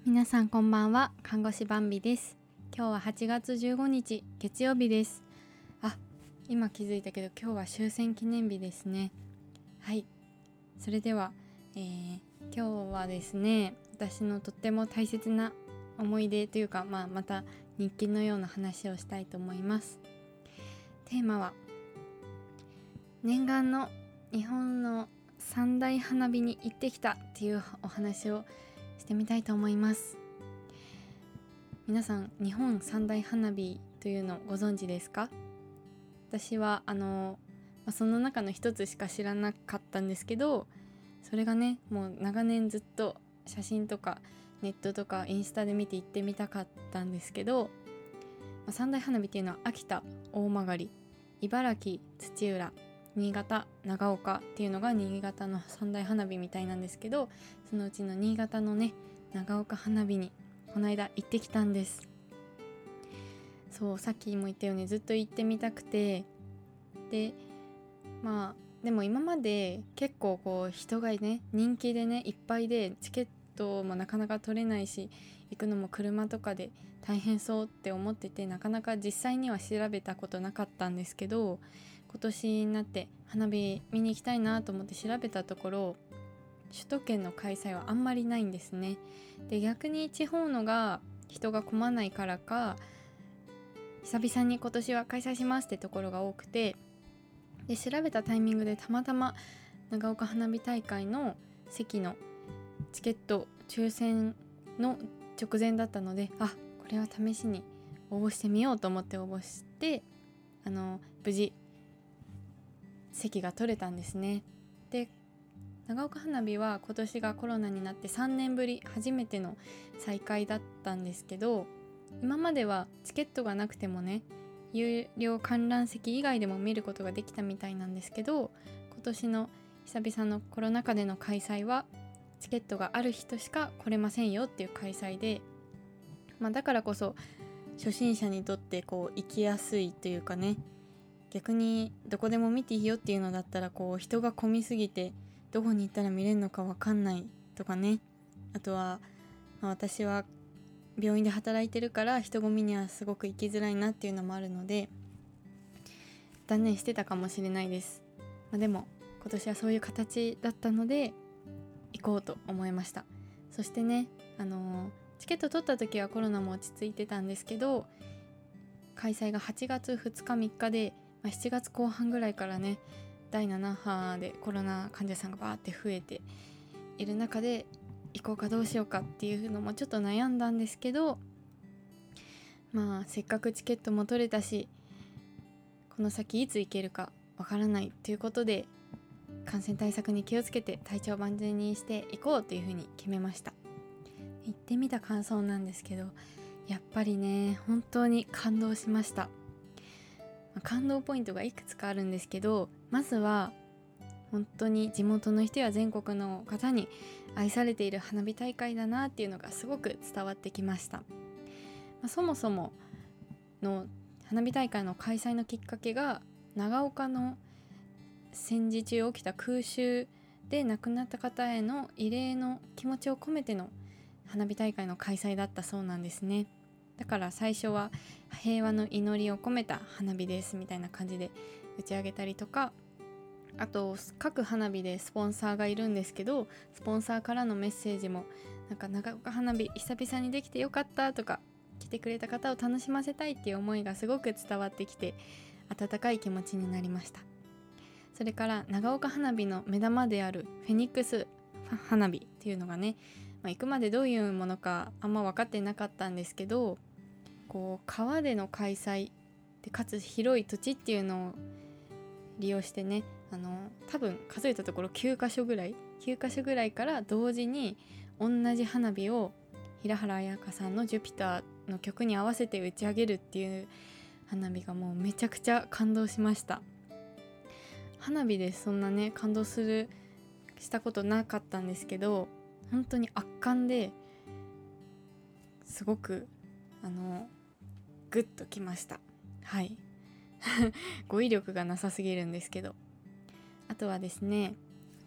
皆さんこんばんは。看護師バンビです。今日は8月15日月曜日です。今気づいたけど今日は終戦記念日ですね。はい、それでは、今日はですね、私のとっても大切な思い出というか、また日記のような話をしたいと思います。テーマは念願の日本の三大花火に行ってきたっていうお話をしてみたいと思います。皆さん、日本三大花火というのをご存知ですか？私はその中の一つしか知らなかったんですけど、それがね、もう長年ずっと写真とかネットとかインスタで見て行ってみたかったんですけど、三大花火っていうのは秋田、大曲、茨城、土浦、新潟、長岡っていうのが新潟の三大花火みたいなんですけど、そのうちの新潟のね、長岡花火にこの間行ってきたんです。そう、さっきも言ったようにずっと行ってみたくて、ででも今まで結構こう人がね、人気でねいっぱいで、チケットもなかなか取れないし、行くのも車とかで大変そうって思ってて、なかなか実際には調べたことなかったんですけど、今年になって花火見に行きたいなと思って調べたところ、首都圏の開催はあんまりないんですね。で、逆に地方のが人が混まないからか、久々に今年は開催しますってところが多くて、で調べたタイミングでたまたま長岡花火大会の席のチケット抽選の直前だったので、これは試しに応募してみようと思って応募して、無事席が取れたんですね。で、長岡花火は今年がコロナになって3年ぶり初めての再開だったんですけど、今まではチケットがなくてもね、有料観覧席以外でも見ることができたみたいなんですけど、今年の久々のコロナ禍での開催はチケットがある人しか来れませんよっていう開催で、だからこそ初心者にとってこう行きやすいというかね、逆にどこでも見ていいよっていうのだったら、こう人が混みすぎてどこに行ったら見れるのか分かんないとかね、あとは、私は病院で働いてるから人混みにはすごく行きづらいなっていうのもあるので、断念してたかもしれないです。でも今年はそういう形だったので行こうと思いました。そしてね、チケット取った時はコロナも落ち着いてたんですけど、開催が8月2日3日で、7月後半ぐらいからね、第7波でコロナ患者さんがバーって増えている中で、行こうかどうしようかっていうのもちょっと悩んだんですけど、せっかくチケットも取れたし、この先いつ行けるかわからないということで、感染対策に気をつけて体調万全にしていこうというふうに決めました。行ってみた感想なんですけど、やっぱりね、本当に感動しました。感動ポイントがいくつかあるんですけど、まずは本当に地元の人や全国の方に愛されている花火大会だなっていうのがすごく伝わってきました。そもそもの花火大会の開催のきっかけが、長岡の戦時中起きた空襲で亡くなった方への慰霊の気持ちを込めての花火大会の開催だったそうなんですね。だから最初は平和の祈りを込めた花火ですみたいな感じで打ち上げたりとか、あと各花火でスポンサーがいるんですけど、スポンサーからのメッセージも長岡花火久々にできてよかったとか、来てくれた方を楽しませたいっていう思いがすごく伝わってきて、温かい気持ちになりました。それから長岡花火の目玉であるフェニックス花火っていうのがね、行くまでどういうものかあんま分かってなかったんですけど、こう川での開催でかつ広い土地っていうのを利用してね、多分数えたところ9カ所ぐらいから同時に同じ花火を平原綾香さんのジュピターの曲に合わせて打ち上げるっていう花火がもうめちゃくちゃ感動しました。花火でそんなね感動したことなかったんですけど、本当に圧巻で、すごくグッときました。はい語彙力がなさすぎるんですけど、あとはですね、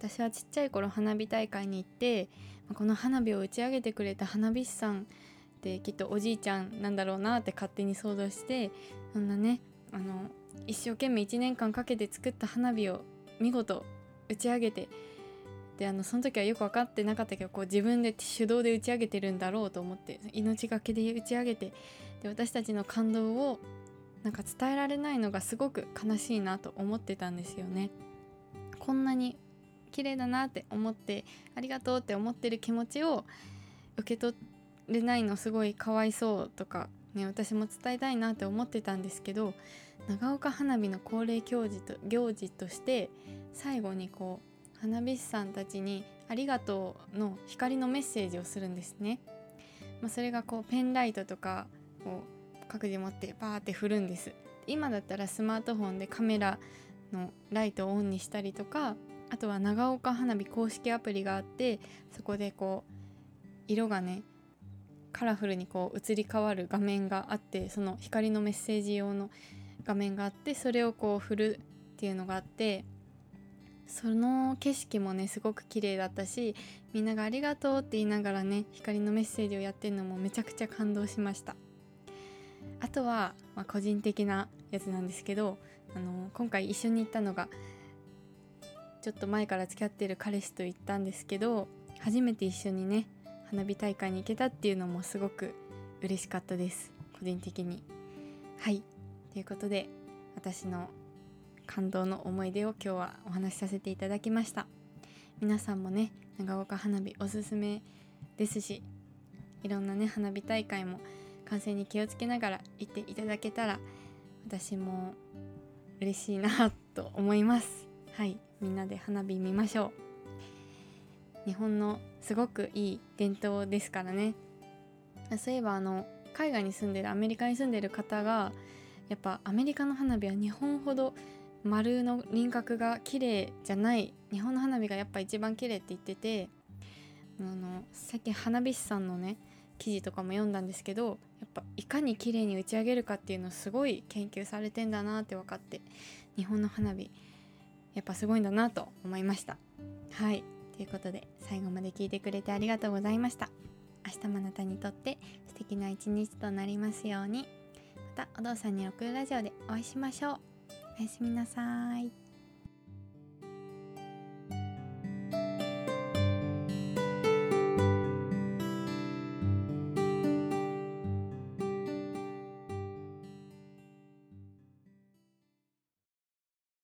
私はちっちゃい頃花火大会に行って、この花火を打ち上げてくれた花火師さんってきっとおじいちゃんなんだろうなって勝手に想像して、そんなね一生懸命1年間かけて作った花火を見事打ち上げて、でその時はよく分かってなかったけど、こう自分で手動で打ち上げてるんだろうと思って、命がけで打ち上げて、で私たちの感動をなんか伝えられないのがすごく悲しいなと思ってたんですよね。こんなに綺麗だなって思って、ありがとうって思ってる気持ちを受け取れないのすごいかわいそうとかね、私も伝えたいなって思ってたんですけど、長岡花火の恒例行事として最後にこう花火師さんたちにありがとうの光のメッセージをするんですね。それがこうペンライトとかを各自持ってバーって振るんです。今だったらスマートフォンでカメラのライトをオンにしたりとか、あとは長岡花火公式アプリがあって、そこでこう色がねカラフルにこう移り変わる画面があって、その光のメッセージ用の画面があって、それをこう振るっていうのがあって、その景色もねすごく綺麗だったし、みんながありがとうって言いながらね光のメッセージをやってるのもめちゃくちゃ感動しました。あとは、個人的なやつなんですけど、今回一緒に行ったのがちょっと前から付き合ってる彼氏と行ったんですけど、初めて一緒にね花火大会に行けたっていうのもすごく嬉しかったです、個人的に。はい、ということで私の感動の思い出を今日はお話しさせていただきました。皆さんもね長岡花火おすすめですし、いろんなね花火大会も感染に気をつけながら行っていただけたら私も嬉しいなと思います。はい、みんなで花火見ましょう。日本のすごくいい伝統ですからね。そういえば海外に住んでるアメリカに住んでる方が、やっぱアメリカの花火は日本ほど丸の輪郭が綺麗じゃない、日本の花火がやっぱ一番綺麗って言ってて、最近花火師さんのね記事とかも読んだんですけど、やっぱいかに綺麗に打ち上げるかっていうのをすごい研究されてんだなって分かって、日本の花火やっぱすごいんだなと思いました。はい、ということで最後まで聞いてくれてありがとうございました。明日もあなたにとって素敵な一日となりますように。またお父さんに送るラジオでお会いしましょう。おやすみなさい。